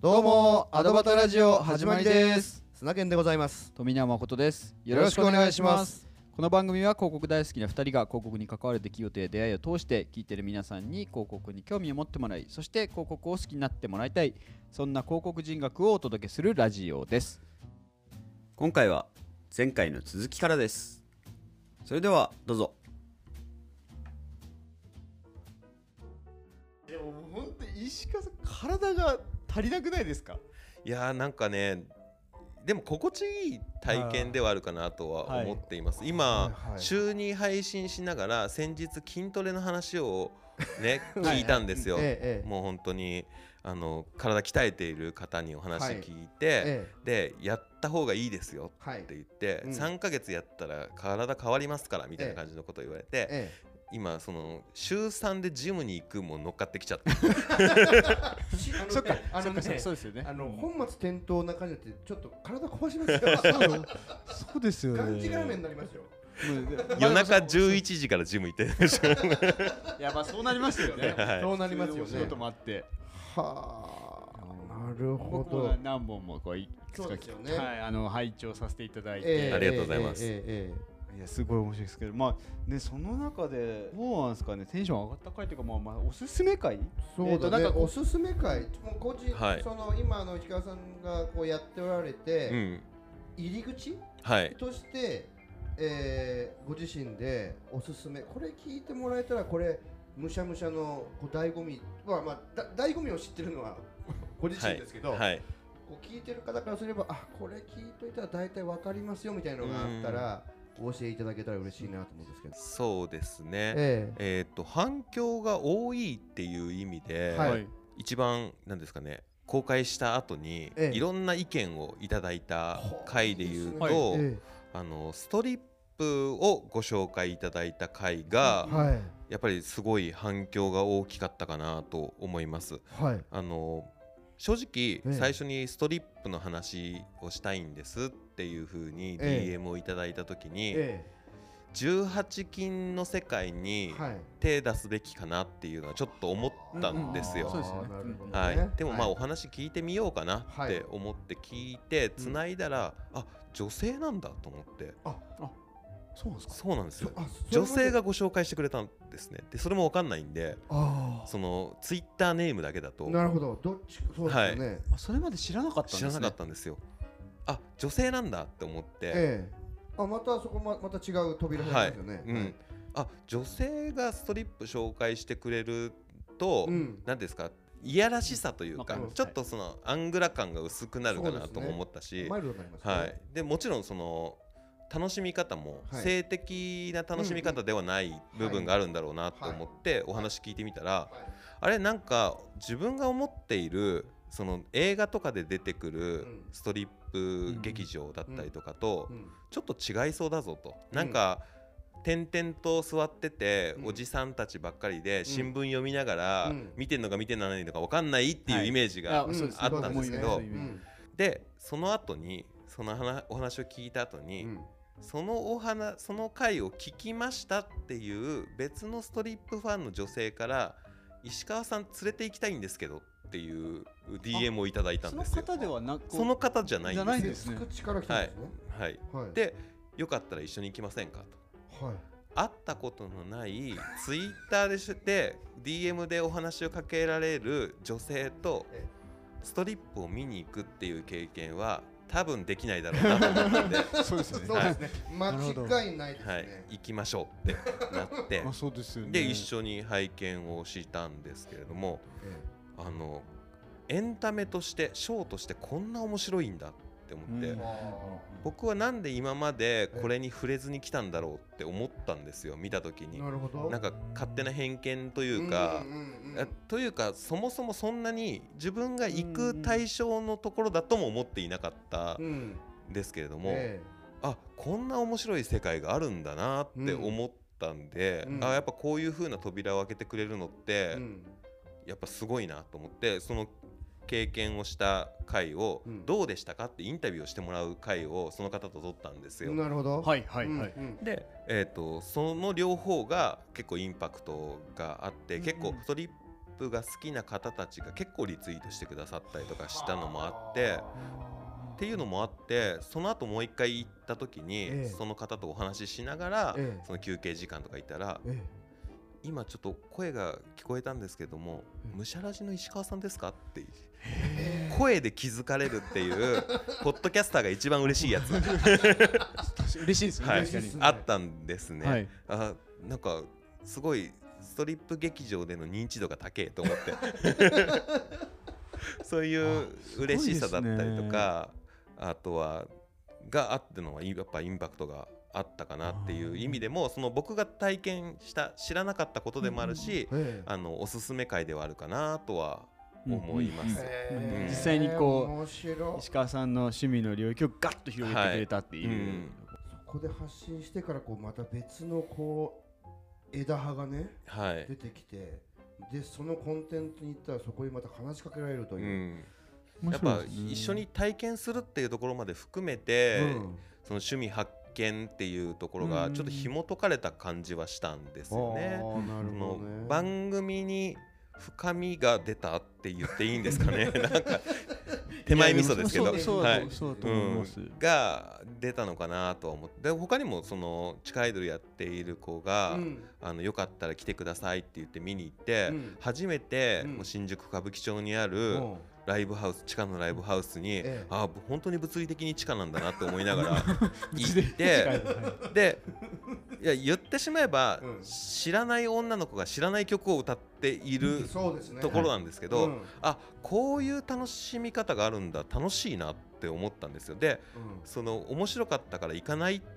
どうもアドバタラジオ始まりです。 砂健でございます。 富永誠です。 よろしくお願いします。 この番組は広告大好きな2人が広告に関わる出来事や出会いを通して聞いている皆さんに広告に興味を持ってもらい、そして広告を好きになってもらいたい、そんな広告人学をお届けするラジオです。 今回は前回の続きからです。それではどうぞ。 でも本当に石川さん体が足りなくないですか？ いやーなんかね、でも心地いい体験ではあるかなとは思っています。今、週に配信しながら先日筋トレの話をね聞いたんですよ。もう本当に体鍛えている方にお話聞いて、でやった方がいいですよって言って、3ヶ月やったら体変わりますからみたいな感じのことを言われて、今その週3でジムに行くも乗っかってきちゃったそっか、 そうですよね。 本末転倒な感じでちょっと体壊しますよ。 そうですよね。 がんじがらめになりますよ。 夜中11時からジム行ってるでしょ。 いや、まあそうなりますよね。 そうなりますよね。 仕事もあって。 はあ、なるほ僕ど。 も何本もこういくつか拝聴させていただいて、 ありがとうございます。 いや、すごい面白いですけど、まあね、その中でどうなんですかね、テンション上がった回というか、まあおすすめ回、 そうだね、おすすめ回、もう個人、 その今石川さんがこうやっておられて、入り口として、ご自身でおすすめ、これ聞いてもらえたら、これむしゃむしゃのこう醍醐味は、まあ醍醐味を知ってるのはご自身ですけど、こう聞いてる方からすれば、あ、これ聞いといたら大体わかりますよみたいなのがあったらお教えいただけたら嬉しいなと思うんですけど。 そうですね、反響が多いっていう意味で、一番なんですかね、公開した後にいろんな意見をいただいた回でいうと、ストリップをご紹介いただいた回が、やっぱりすごい反響が大きかったかなと思います。正直、最初にストリップの話をしたいんですっていう風に DM をいただいた時に、18禁の世界に手出すべきかなっていうのはちょっと思ったんですよ。でもまあお話聞いてみようかなって思って聞いてつないだら、あ、女性なんだと思って。 そうなんですか？ そうなんですよ。女性がご紹介してくれたんですね。でそれも分かんないんで、そのツイッターネームだけだと。なるほど。どっち、そうですよね。 それまで知らなかったんですね。 知らなかったんですよ。あ、女性なんだって思って。 またそこまた違う扉開きますよね。 あ、女性がストリップ紹介してくれると、何ですか、いやらしさというか、ちょっとそのアングラ感が薄くなるかなとも思ったし、でもちろんその楽しみ方も性的な楽しみ方ではない部分があるんだろうなと思ってお話聞いてみたら、あれ、なんか自分が思っているその映画とかで出てくるストリップ劇場だったりとかとちょっと違いそうだぞと。なんか点々と座ってておじさんたちばっかりで新聞読みながら見てんのか見てないのか分かんないっていうイメージがあったんですけど、でその後にそのお話を聞いた後に、その回を聞きましたっていう別のストリップファンの女性から石川さん連れて行きたいんですけどっていう DM をいただいたんですよ。 その方ではなく、 その方じゃないんですよ。口から来たんですね。 で、よかったら一緒に行きませんかと。会ったことのないツイッターで DM でお話をかけられる女性とストリップを見に行くっていう経験は多分できないだろうなと思って、 そうですね。間違いないですね。 行きましょうってなって、で一緒に拝見をしたんですけれども、エンタメとしてショーとしてこんな面白いんだって思って、僕はなんで今までこれに触れずに来たんだろうって思ったんですよ、見た時に。なんか勝手な偏見というか、そもそもそんなに自分が行く対象のところだとも思っていなかったんですけれども、あ、こんな面白い世界があるんだなって思ったんで、やっぱこういう風な扉を開けてくれるのってやっぱすごいなと思って、その経験をした回をどうでしたかってインタビューをしてもらう回をその方と取ったんですよ。 なるほど。 で、その両方が結構インパクトがあって、結構ストリップが好きな方たちが結構リツイートしてくださったりとかしたのもあってっていうのもあってその後もう一回行った時にその方とお話ししながらその休憩時間とか行ったら今ちょっと声が聞こえたんですけどもむしゃらじの石川さんですかって声で気づかれるっていうポッドキャスターが一番嬉しいやつ嬉しいですね、 はい、あったんですね、はい、なんかすごいストリップ劇場での認知度が高いと思ってそういう嬉しさだったりとか あとはがあってのはやっぱインパクトがあったかなっていう意味でもその僕が体験した知らなかったことでもあるし、おすすめ会ではあるかなとは思います、 実際にこう石川さんの趣味の領域をガッと広げてくれたっていう、 そこで発信してからこうまた別のこう枝葉がね、出てきてでそのコンテンツに行ったらそこにまた話しかけられるという、 やっぱ一緒に体験するっていうところまで含めて、その趣味発見っていうところがちょっと紐解かれた感じはしたんですよね。番組に深みが出たって言っていいんですかねなんか手前味噌ですけどが出たのかなとは思って他にもその地下アイドルやっている子が、よかったら来てくださいって言って見に行って、初めて、もう新宿歌舞伎町にあるライブハウス地下のライブハウスに、本当に物理的に地下なんだなって思いながら行ってでいや言ってしまえば、知らない女の子が知らない曲を歌っているところなんですけど、こういう楽しみ方があるんだ楽しいなって思ったんですよ。で、その面白かったから行かないって、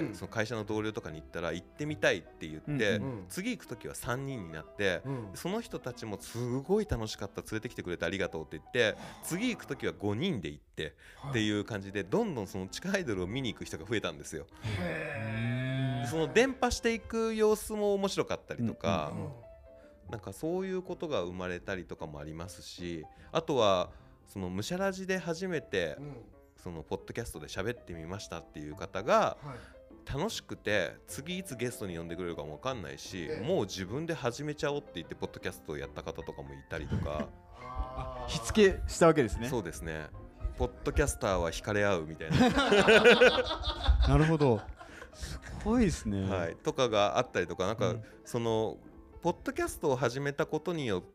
その会社の同僚とかに行ったら行ってみたいって言って、次行く時は3人になって、その人たちもすごい楽しかった連れてきてくれてありがとうって言って次行く時は5人で行ってっていう感じでどんどんその地下アイドルを見に行く人が増えたんですよ。その伝播していく様子も面白かったりとか、なんかそういうことが生まれたりとかもありますし、あとはそのむしゃらじで初めてそのポッドキャストで喋ってみましたっていう方が楽しくて次いつゲストに呼んでくれるかも分かんないし、もう自分で始めちゃおうって言ってポッドキャストをやった方とかもいたりとか火付けしたわけですね。 そうですね、ポッドキャスターは惹かれ合うみたいななるほど、すごいですね、 はい、とかがあったりとか、なんかそのポッドキャストを始めたことによって、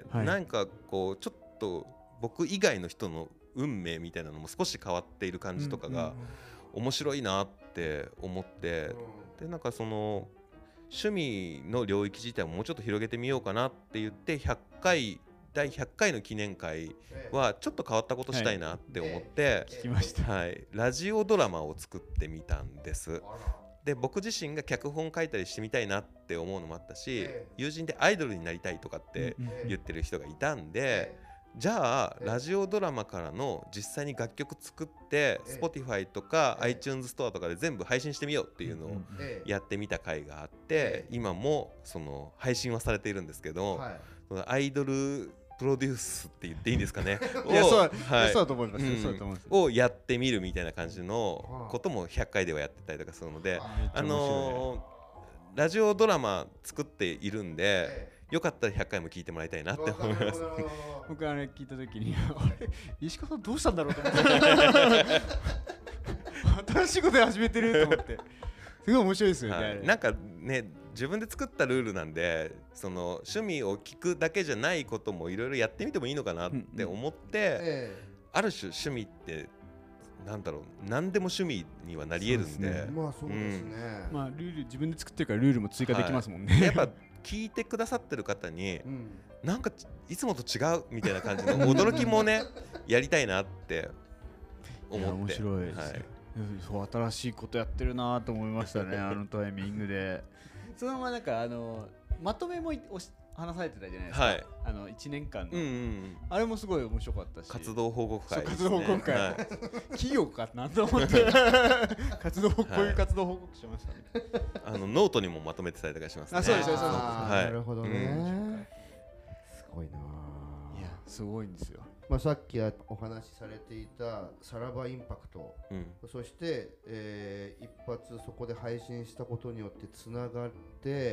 なんかこうちょっと僕以外の人の運命みたいなのも少し変わっている感じとかが面白いなって思って、でなんかその趣味の領域自体ももうちょっと広げてみようかなって言って第100回の記念会はちょっと変わったことしたいなって思って、 聞きました、 ラジオドラマを作ってみたんです。で僕自身が脚本書いたりしてみたいなって思うのもあったし、友人でアイドルになりたいとかって言ってる人がいたんで、じゃあラジオドラマからの実際に楽曲作って Spotify とか iTunes ストアとかで全部配信してみようっていうのをやってみた回があって、今もその配信はされているんですけど、そのアイドルプロデュースって言っていいんですかねそうだと思います、 をやってみるみたいな感じのことも100回ではやってたりとかするので、ラジオドラマ作っているんで、よかったら100回も聞いてもらいたいなって思います僕あれ聞いた時にあれ石川さんどうしたんだろうと思って新しいこと始めてると思ってすごい面白いですよね、 なんかね自分で作ったルールなんで、その趣味を聞くだけじゃないこともいろいろやってみてもいいのかなって思って、ある種趣味ってなんだろう、何でも趣味にはなり得るんで、 まあそうですね、 まあルール自分で作ってるからルールも追加できますもんね、 やっぱ聞いてくださってる方に、なんかいつもと違うみたいな感じの驚きもねやりたいなって思って、 面白いです、そう新しいことやってるなと思いましたねあのタイミングで。そのままなんかまとめも話されてたじゃないですか、1年間の、あれもすごい面白かったし、 活動報告会、 活動報告会、企業かなと思ってこういう活動報告しましたねノートにもまとめてたりとかしますね。 そうですそうです、 なるほどね、すごいな、 いやすごいんですよ。 さっきお話しされていたさらばインパクト、そして、一発そこで配信したことによってつながって、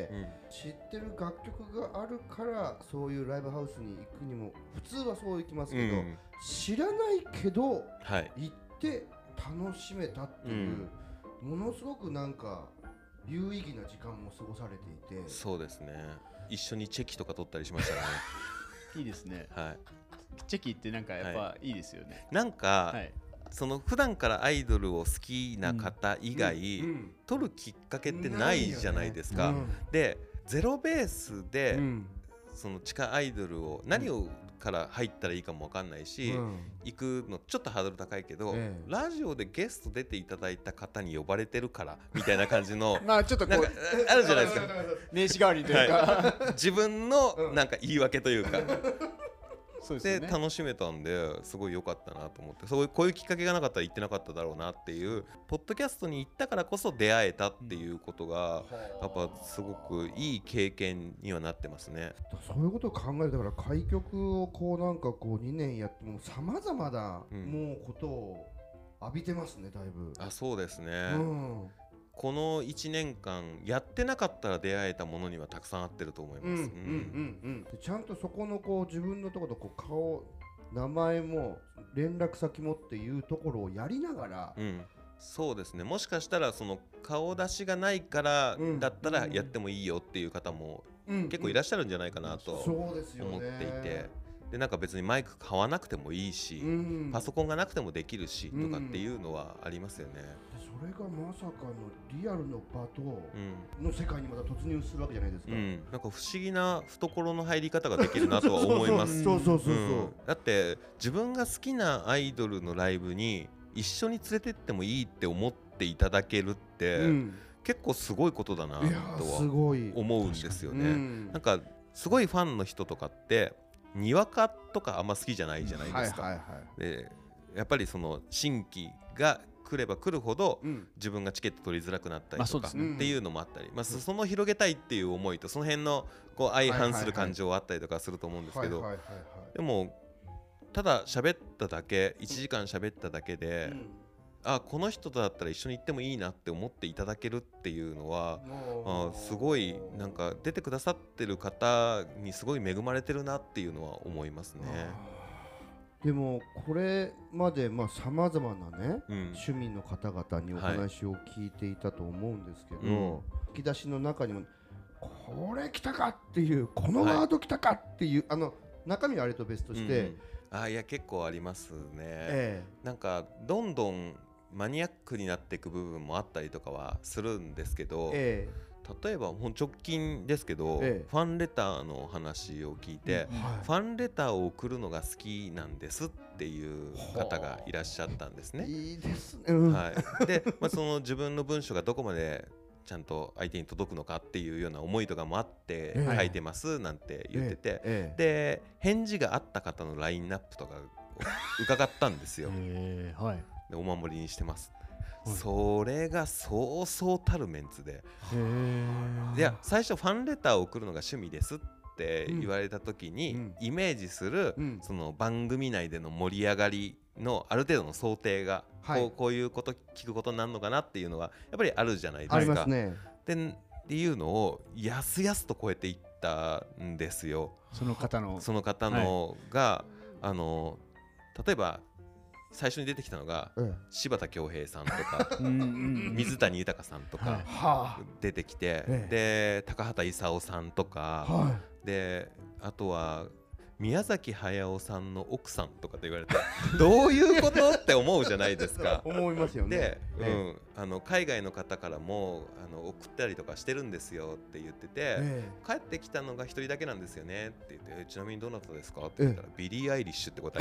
知ってる楽曲があるからそういうライブハウスに行くにも普通はそう行きますけど、知らないけど、行って楽しめたっていう、ものすごくなんか有意義な時間も過ごされていて。 そうですね、一緒にチェキとか取ったりしましたねいいですね。 はい、 チェキってなんかやっぱいいですよね。 なんか、その普段からアイドルを好きな方以外、撮るきっかけってないじゃないですか。でゼロベースで、その地下アイドルを何をから入ったらいいかも分かんないし、行くのちょっとハードル高いけど、ラジオでゲスト出ていただいた方に呼ばれてるからみたいな感じのちょっとなんかあるじゃないですか名刺代わりというか、 自分のなんか言い訳というかそうですね、 で楽しめたんですごい良かったなと思って、こういうきっかけがなかったら行ってなかっただろうなっていう、ポッドキャストに行ったからこそ出会えたっていうことがやっぱすごくいい経験にはなってますね。 そういうことを考えるから開局をこうなんかこう2年やってもさまざまなもうことを浴びてますね、だいぶ。 そうですね、この1年間やってなかったら出会えたものにはたくさん合ってると思います。 ちゃんとそこのこう自分のところのこう顔、名前も連絡先もっていうところをやりながら、 そうですね、もしかしたらその顔出しがないからだったらやってもいいよっていう方も結構いらっしゃるんじゃないかなと思っていて、でなんか別にマイク買わなくてもいいし、パソコンがなくてもできるしとかっていうのはありますよね。 それがまさかのリアルの場との世界にまた突入するわけじゃないですか。 なんか不思議な懐の入り方ができるなとは思います。だって自分が好きなアイドルのライブに一緒に連れてってもいいって思っていただけるって、結構すごいことだなとは思うんですよね。なんかすごいファンの人とかってにわかとかあんま好きじゃないじゃないですか。でやっぱりその新規が来れば来るほど、自分がチケット取りづらくなったりとかっていうのもあったり、その広げたいっていう思いとその辺のこう相反する感情はあったりとかすると思うんですけど、でもただ喋っただけ、1時間喋っただけで、この人とだったら一緒に行ってもいいなって思っていただけるっていうのは、すごいなんか出てくださってる方にすごい恵まれてるなっていうのは思いますね。 でもこれまでさまざまなね、趣味の方々にお話を聞いていたと思うんですけど、引き出しの中にもこれ来たかっていう、このワード来たかっていう、中身はあれと別として、 いや結構ありますね。なんかどんどんマニアックになっていく部分もあったりとかはするんですけど、例えば直近ですけど、ファンレターの話を聞いて、ファンレターを送るのが好きなんですっていう方がいらっしゃったんですね。 いいですね。 で、その自分の文章がどこまでちゃんと相手に届くのかっていうような思いとかもあって書いてますなんて言ってて、で返事があった方のラインナップとか伺ったんですよ。でお守りにしてます。それがそうそうたるメンツで、いや最初ファンレターを送るのが趣味ですって言われた時に、イメージするその番組内での盛り上がりのある程度の想定が、こういうこと聞くことになるのかなっていうのがやっぱりあるじゃないですか。 ありますね。 でっていうのをやすやすと超えていったんですよ。その方のが例えば最初に出てきたのが、柴田恭平さんとか水谷豊さんとか出てきて、で高畑勲さんとか、であとは宮崎駿さんの奥さんとかって言われてどういうことって思うじゃないですか。 思いますよね。 で、海外の方からも送ったりとかしてるんですよって言ってて、帰ってきたのが一人だけなんですよねって言って、ちなみにどなたですかって言ったら、ビリー・アイリッシュって答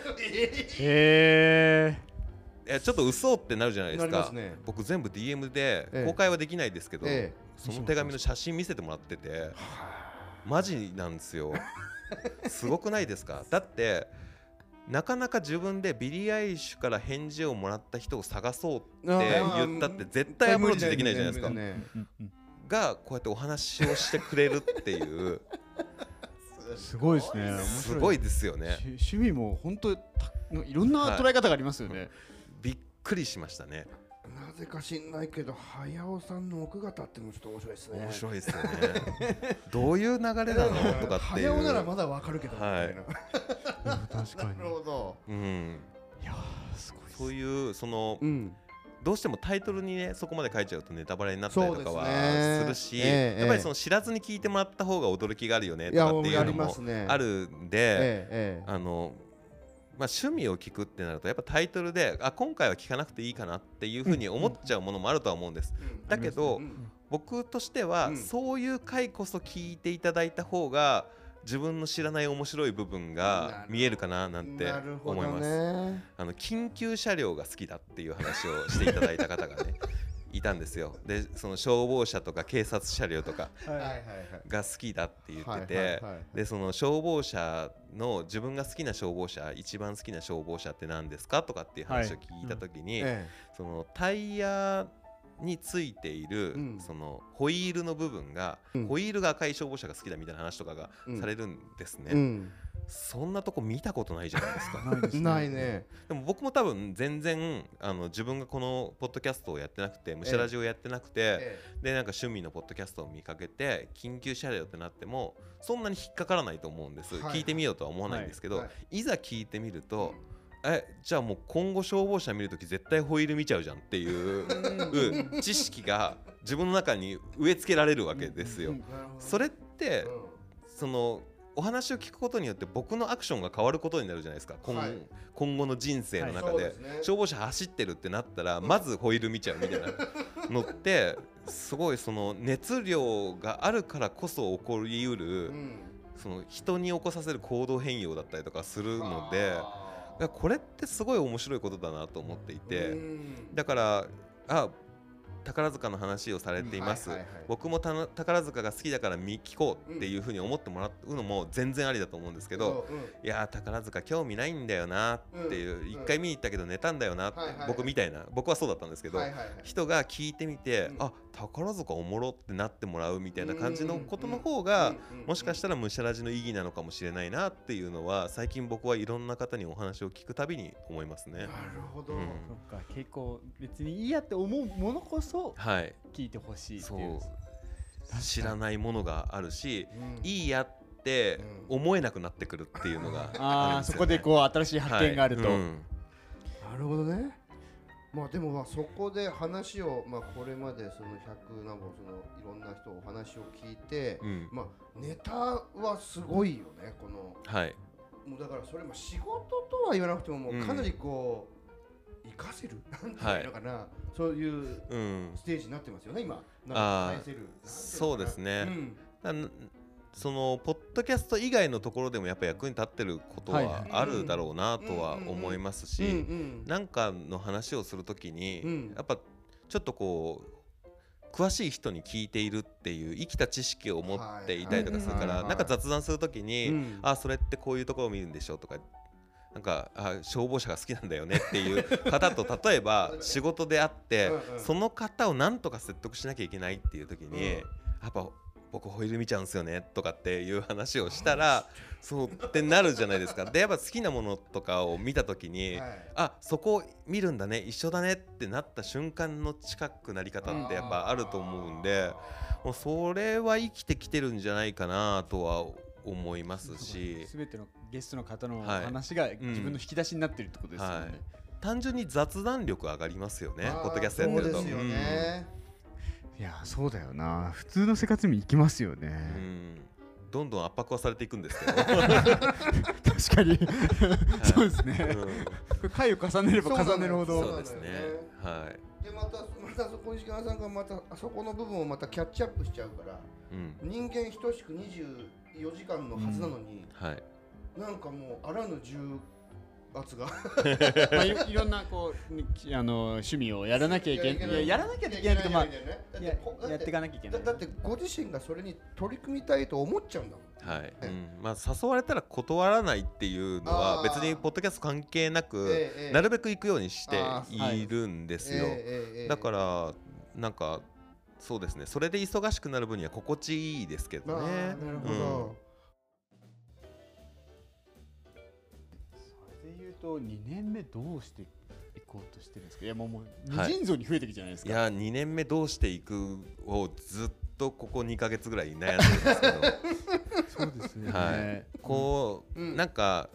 えてちょっと嘘ってなるじゃないですか。僕全部 DM で公開はできないですけど、その手紙の写真見せてもらってて、マジなんですよ。すごくないですか。だってなかなか自分でビリー・アイリッシュから返事をもらった人を探そうって言ったって絶対アプローチできないじゃないですか。がこうやってお話をしてくれるっていうすごいですね。 すごいですよね。 趣味も本当いろんな捉え方がありますよね。 びっくりしましたね。 なぜか知んないけど早尾さんの奥方ってのもちょっと面白いですね。 面白いですよね。どういう流れなのとかっていう。 早尾ならまだわかるけど、 はい、確かに。 なるほど。 いやすごい。 そういうその、どうしてもタイトルにねそこまで書いちゃうとネタバレになったりとかはするし、やっぱりその知らずに聞いてもらった方が驚きがあるよねとかっていうのもあるんで、趣味を聞くってなるとやっぱタイトルで今回は聞かなくていいかなっていうふうに思っちゃうものもあるとは思うんです。だけど僕としてはそういう回こそ聞いていただいた方が自分の知らない面白い部分が見えるかななんて思います。緊急車両が好きだっていう話をしていただいた方がねいたんですよ。でその消防車とか警察車両とかが好きだって言ってて、でその消防車の自分が好きな消防車一番好きな消防車って何ですかとかっていう話を聞いた時に、そのタイヤについている、そのホイールの部分が、ホイールが赤い消防車が好きだみたいな話とかがされるんですね。そんなとこ見たことないじゃないですか。 ないね。 でも僕も多分全然自分がこのポッドキャストをやってなくてむしゃラジオやってなくて、でなんか趣味のポッドキャストを見かけて緊急車両ってなってもそんなに引っかからないと思うんです。聞いてみようとは思わないんですけど、いざ聞いてみるとじゃあもう今後消防車見るとき絶対ホイール見ちゃうじゃんっていう知識が自分の中に植え付けられるわけですよ。それってそのお話を聞くことによって僕のアクションが変わることになるじゃないですか。今後の人生の中で消防車走ってるってなったらまずホイール見ちゃうみたいなのってすごいその熱量があるからこそ起こりうるその人に起こさせる行動変容だったりとかするので、これってすごい面白いことだなと思っていて、だから宝塚の話をされています、僕も宝塚が好きだから聞こうっていうふうに思ってもらうのも全然ありだと思うんですけど、いや宝塚興味ないんだよなっていう一回見に行ったけど寝たんだよなって僕みたいな僕はそうだったんですけど人が聞いてみて宝塚おもろってなってもらうみたいな感じのことの方がもしかしたらむしゃらじの意義なのかもしれないなっていうのは最近僕はいろんな方にお話を聞くたびに思いますね。 なるほど、 そっか結構別にいいやって思うものこそ聞いてほしいっていう、 知らないものがあるし、いいやって思えなくなってくるっていうのがあるんですよね。 そこでこう新しい発見があると、なるほどね。でもそこで話をこれまでその100何本そのいろんな人お話を聞いて、ネタはすごいよねこの。もうだからそれ仕事とは言わなくてももうかなりこう活かせるなんていうのかな、そういうステージになってますよね今。 そうですね。そのポッドキャスト以外のところでもやっぱ役に立ってることはあるだろうなとは思いますし、なんかの話をするときにやっぱちょっとこう詳しい人に聞いているっていう生きた知識を持っていたりとかするから、なんか雑談するときにそれってこういうところを見るんでしょとか、なんか消防車が好きなんだよねっていう方と例えば仕事であってその方をなんとか説得しなきゃいけないっていうときにやっぱ僕ホイール見ちゃうんですよねとかっていう話をしたらそうってなるじゃないですか。でやっぱ好きなものとかを見た時に、そこを見るんだね一緒だねってなった瞬間の近くなり方ってやっぱあると思うんで、もうそれは生きてきてるんじゃないかなとは思いますし、 全てのゲストの方の話が自分の引き出しになってるってことですよね。 単純に雑談力上がりますよねポッドキャストやってると。 そうですよね。 いやそうだよな、普通の生活に行きますよね。 どんどん圧迫はされていくんですけど確かにそうですね、回を重ねれば重ねるほどそうですね。 でまたそこ石川さんがまたあそこの部分をまたキャッチアップしちゃうから、人間等しく24時間のはずなのに、なんかもうあらぬ重圧がいろんなこう趣味をやらなきゃいけない、やらなきゃいけないけどやっていかなきゃいけない。 だってご自身がそれに取り組みたいと思っちゃうんだもん。 誘われたら断らないっていうのは別にポッドキャスト関係なくなるべく行くようにしているんですよ。だからなんかそうですね、それで忙しくなる分には心地いいですけどね。 なるほど。 2年目どうしていこうとしてるんですか。いやもう無尽蔵に増えてきてじゃないですか。 いや2年目どうしていくをずっとここ2ヶ月ぐらい悩んでるんですけどそうですね、 はい、こう、なんか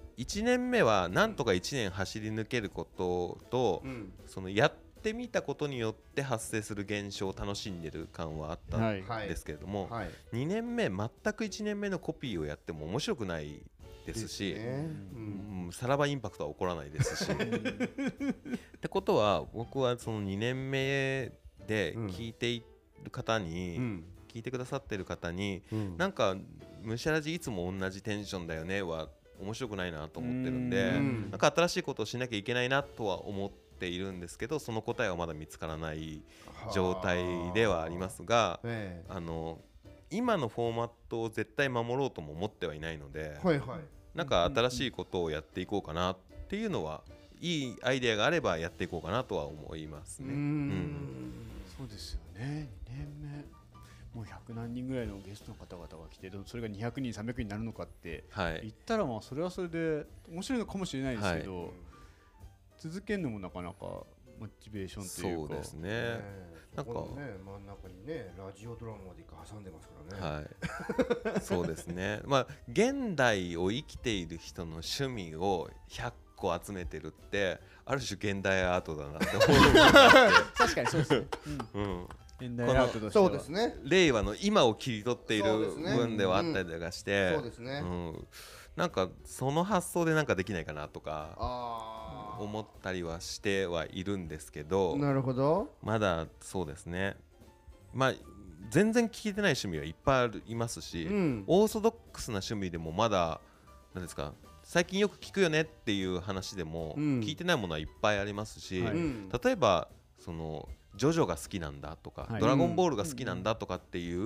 1年目はなんとか1年走り抜けることと、そのやってみたことによって発生する現象を楽しんでる感はあったんですけれども、2年目全く1年目のコピーをやっても面白くないですし、さらばインパクトは起こらないですしってことは僕はその2年目で聞いている方に、聞いてくださってる方に、なんかむしゃらじいつも同じテンションだよねは面白くないなと思ってるんで、なんか新しいことをしなきゃいけないなとは思っているんですけど、その答えはまだ見つからない状態ではありますが、今のフォーマットを絶対守ろうとも思ってはいないので、なんか新しいことをやっていこうかなっていうのは、いいアイデアがあればやっていこうかなとは思いますね。 そうですよね。2年目もう100何人ぐらいのゲストの方々が来て、それが200人300人になるのかって言ったら、まあそれはそれで面白いのかもしれないですけど、続けるのもなかなかモチベーションというか。 そうですね。なんか真ん中にねラジオドラマまで挟んでますからね。 はい。そうですね。まあ現代を生きている人の趣味を100個集めてるってある種現代アートだなって思う。 確かにそうですね。現代アートとしてはそうですね。 令和の今を切り取っている部分ではあったりとかして、 そうですね。 なんかその発想でなんかできないかなとか思ったりはしてはいるんですけど、 なるほど。 まだそうですね。まあ全然聞いてない趣味はいっぱいいますし、オーソドックスな趣味でもまだ何ですか、最近よく聞くよねっていう話でも聞いてないものはいっぱいありますし、例えばそのジョジョが好きなんだとか、ドラゴンボールが好きなんだとかっていう、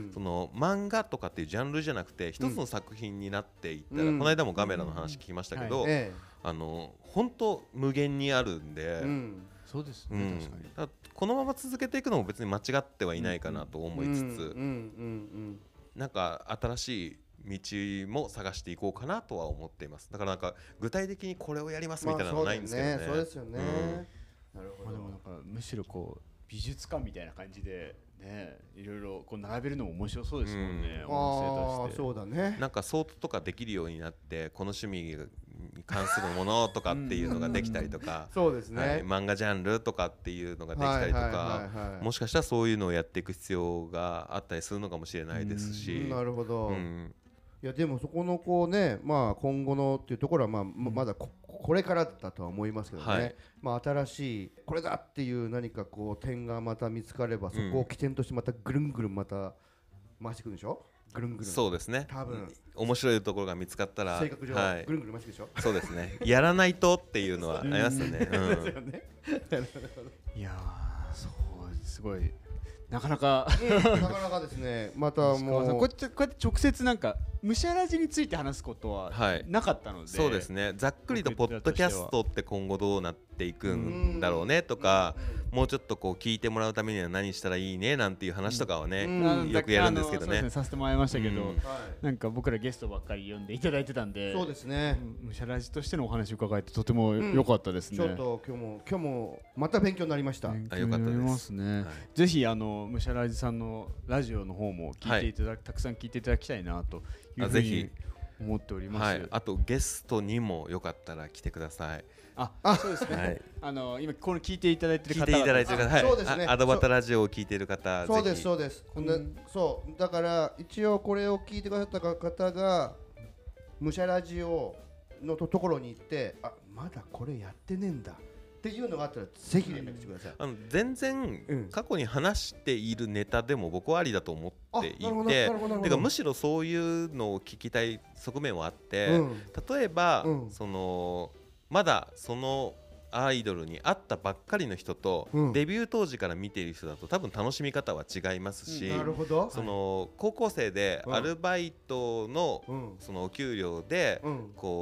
その漫画とかっていうジャンルじゃなくて一つの作品になっていったら、この間もガメラの話聞きましたけど、本当無限にあるんで、 そうですね、確かに。 このまま続けていくのも別に間違ってはいないかなと思いつつ、なんか新しい道も探していこうかなとは思っています。だからなんか具体的にこれをやりますみたいなのはないんですけどね。 そうですよね。なるほど。 でもなんかむしろこう美術館みたいな感じでね、いろいろこう並べるのも面白そうですもんね。 ああ、そうだね。 なんかソートとかできるようになって、この趣味に関するものとかっていうのができたりとか、 そうですね。 漫画ジャンルとかっていうのができたりとか、もしかしたらそういうのをやっていく必要があったりするのかもしれないですし。 なるほど。いやでもそこのこうね、まあ今後のっていうところはまだこれからだとは思いますけどね。まあ新しいこれだっていう何かこう点がまた見つかれば、そこを起点としてまたぐるんぐるんまた回していくんでしょ。ぐるんぐるん。 そうですね。多分面白いところが見つかったら、 性格上ぐるんぐるん回していくでしょ。 そうですね。やらないとっていうのはありますよね。 いやそうすごい。なかなかですね。またもうこうやって直接なんかむしゃらじについて話すことはなかったので、 そうですね。ざっくりとポッドキャストって今後どうなっていくんだろうねとか、もうちょっとこう聞いてもらうためには何したらいいねなんていう話とかはね、よくやるんですけどね。 させてもらいましたけど、なんか僕らゲストばっかり呼んでいただいてたんで、 そうですね。 むしゃらじとしてのお話を伺えてとても良かったですね。 ちょっと今日もまた勉強になりました。 良かったですね。ぜひむしゃらじさんのラジオの方も聞いていただたくさん聞いていただきたいなというふうに思っております。 あとゲストにもよかったら来てください。 そうですね。今この聞いていただいている方、 そうですね。 アドバタラジオを聞いている方、 そうですそうです。そうだから一応これを聞いてくださった方がむしゃラジオのところに行って、まだこれやってねえんだっていうのがあったらぜひ連絡してください。 全然過去に話しているネタでも僕はありだと思っていて、てかむしろそういうのを聞きたい側面はあって、例えばそのまだそのアイドルに会ったばっかりの人とデビュー当時から見ている人だと多分楽しみ方は違いますし、その高校生でアルバイトのそのお給料でこう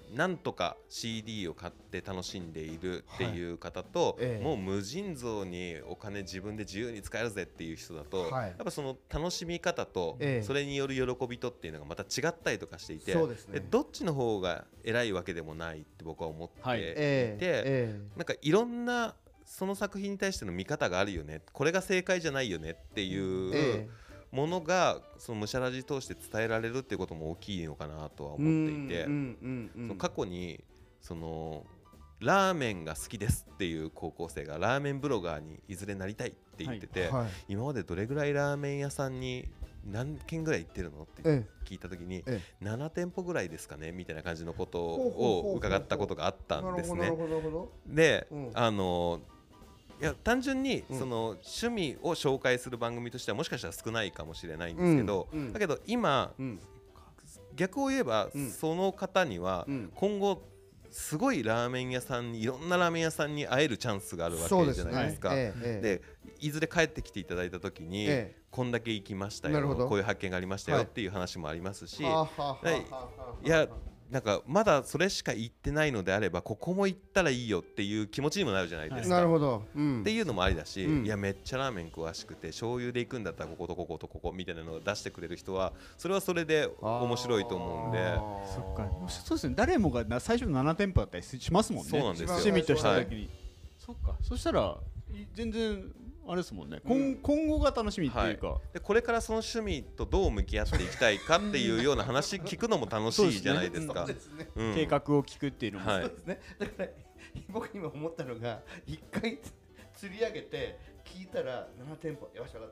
なんとか CD を買って楽しんでいるっていう方と、もう無尽蔵にお金自分で自由に使えるぜっていう人だと、やっぱその楽しみ方とそれによる喜びとっていうのがまた違ったりとかしていて、でどっちの方が偉いわけでもないって僕は思っていて、なんかいろんなその作品に対しての見方があるよね、これが正解じゃないよねっていうものがそのむしゃらじ通して伝えられるっていうことも大きいのかなとは思っていて、その過去にそのラーメンが好きですっていう高校生がラーメンブロガーにいずれなりたいって言ってて、今までどれぐらいラーメン屋さんに何軒ぐらい行ってるのって聞いた時に7店舗ぐらいですかねみたいな感じのことを伺ったことがあったんですね。で、いや単純にその趣味を紹介する番組としてはもしかしたら少ないかもしれないんですけど、だけど今逆を言えばその方には今後すごいラーメン屋さんにいろんなラーメン屋さんに会えるチャンスがあるわけじゃないですか。でいずれ帰ってきていただいた時にこんだけ行きましたよ、こういう発見がありましたよっていう話もありますし、いやなんかまだそれしか言ってないのであればここも行ったらいいよっていう気持ちにもなるじゃないですか。 なるほど、 っていうのもありだし、いやめっちゃラーメン詳しくて醤油で行くんだったらこことこことここみたいなのを出してくれる人はそれはそれで面白いと思うんで。 そっか、そうですね、誰もが最初の7店舗だったりしますもんね。そうなんですよ、趣味とした時に、そっか、そしたら全然あれですもんね、今後が楽しみっていうか、 でこれからその趣味とどう向き合っていきたいかっていうような話聞くのも楽しいじゃないですか。 計画を聞くっていうのも、 そうですね。だから僕今思ったのが一回釣り上げて聞いたら7店舗よし分かった。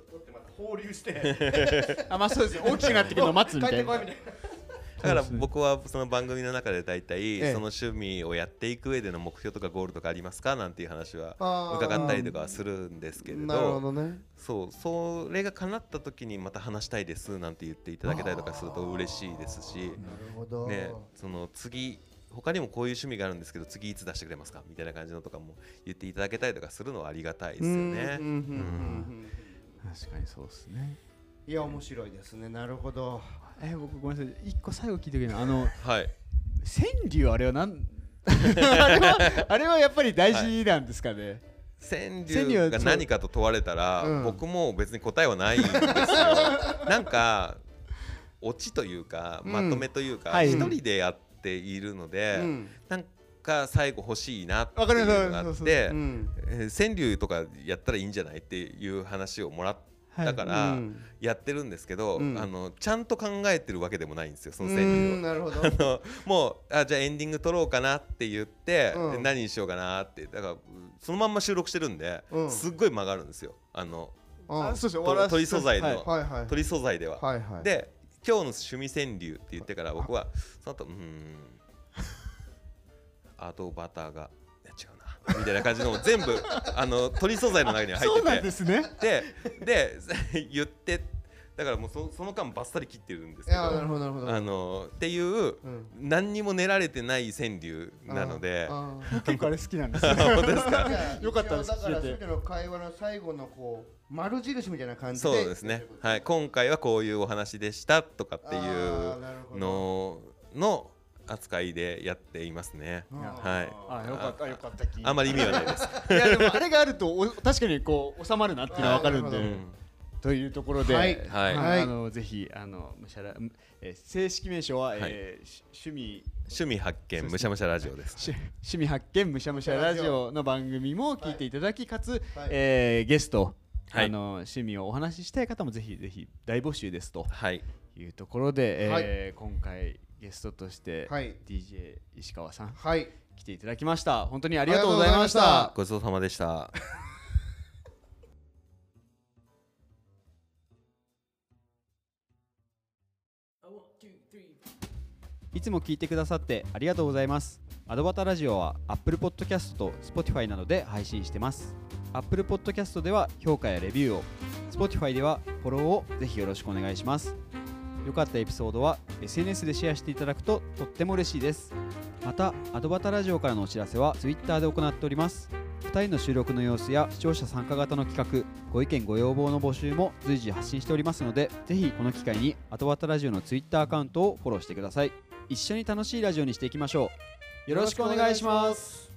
取ってまた放流してあ、まあそうですね、大きくなってくるのを待つみたいな。 だから僕はその番組の中でだいたいその趣味をやっていく上での目標とかゴールとかありますかなんていう話は伺ったりとかはするんですけれど、 なるほどね、 それが叶った時にまた話したいですなんて言っていただけたりとかすると嬉しいですし、 なるほど、 ね、その次他にもこういう趣味があるんですけど次いつ出してくれますかみたいな感じのとかも言っていただけたりとかするのはありがたいですよね。 確かにそうですね。 いや面白いですね。なるほど。 僕ごめんなさい、一個最後聞いてくれないはい、 川柳あれはあれはやっぱり大事なんですかね。 川柳が何かと問われたら、僕も別に答えはないんですよ。なんかオチというかまとめというか一人でやっているので、なんか最後欲しいなっていうのがあって、川柳とかやったらいいんじゃないっていう話をもらってだからやってるんですけど、ちゃんと考えてるわけでもないんですよ、その川柳を。 なるほど。 もうじゃあエンディング撮ろうかなって言って、何にしようかなって、だからそのまんま収録してるんで、すっごい間があるんですよ、鳥素材の鳥素材では。で今日の趣味川柳って言ってから僕はその後アドバターが違うなみたいな感じの全部鳥素材の中には入ってて、 そうなんですね。 で言ってだからもうその間バッサリ切ってるんですけど、 なるほどなるほどっていう何にも練られてない川柳なので、 結構あれ好きなんですよ。 本当ですか。 よかったです。 だから全ての会話の最後のこう丸印みたいな感じで。 そうですね。はい、今回はこういうお話でしたとかっていうの扱いでやっていますね。 はい。よかったよかった。 あんまり意味はないです。 いやでもあれがあると確かにこう収まるなっていうのはわかるんで。というところで、ぜひ正式名称は趣味発見むしゃむしゃラジオです。趣味発見むしゃむしゃラジオの番組も聞いていただき、かつゲスト趣味をお話ししたい方もぜひぜひ大募集ですというところで、今回ゲストとして DJ 石川さん来ていただきました。本当にありがとうございました。 ごちそうさまでした。 いつも聞いてくださってありがとうございます。アドバタラジオは Apple Podcast と Spotify などで配信してます。Apple Podcast では評価やレビューを、Spotify ではフォローをぜひよろしくお願いします。良かったエピソードは SNS でシェアしていただくととっても嬉しいです。またアドバタラジオからのお知らせは Twitter で行っております。2人の収録の様子や視聴者参加型の企画、ご意見ご要望の募集も随時発信しておりますので、ぜひこの機会にアドバタラジオの Twitter アカウントをフォローしてください。 一緒に楽しいラジオにしていきましょう。よろしくお願いします。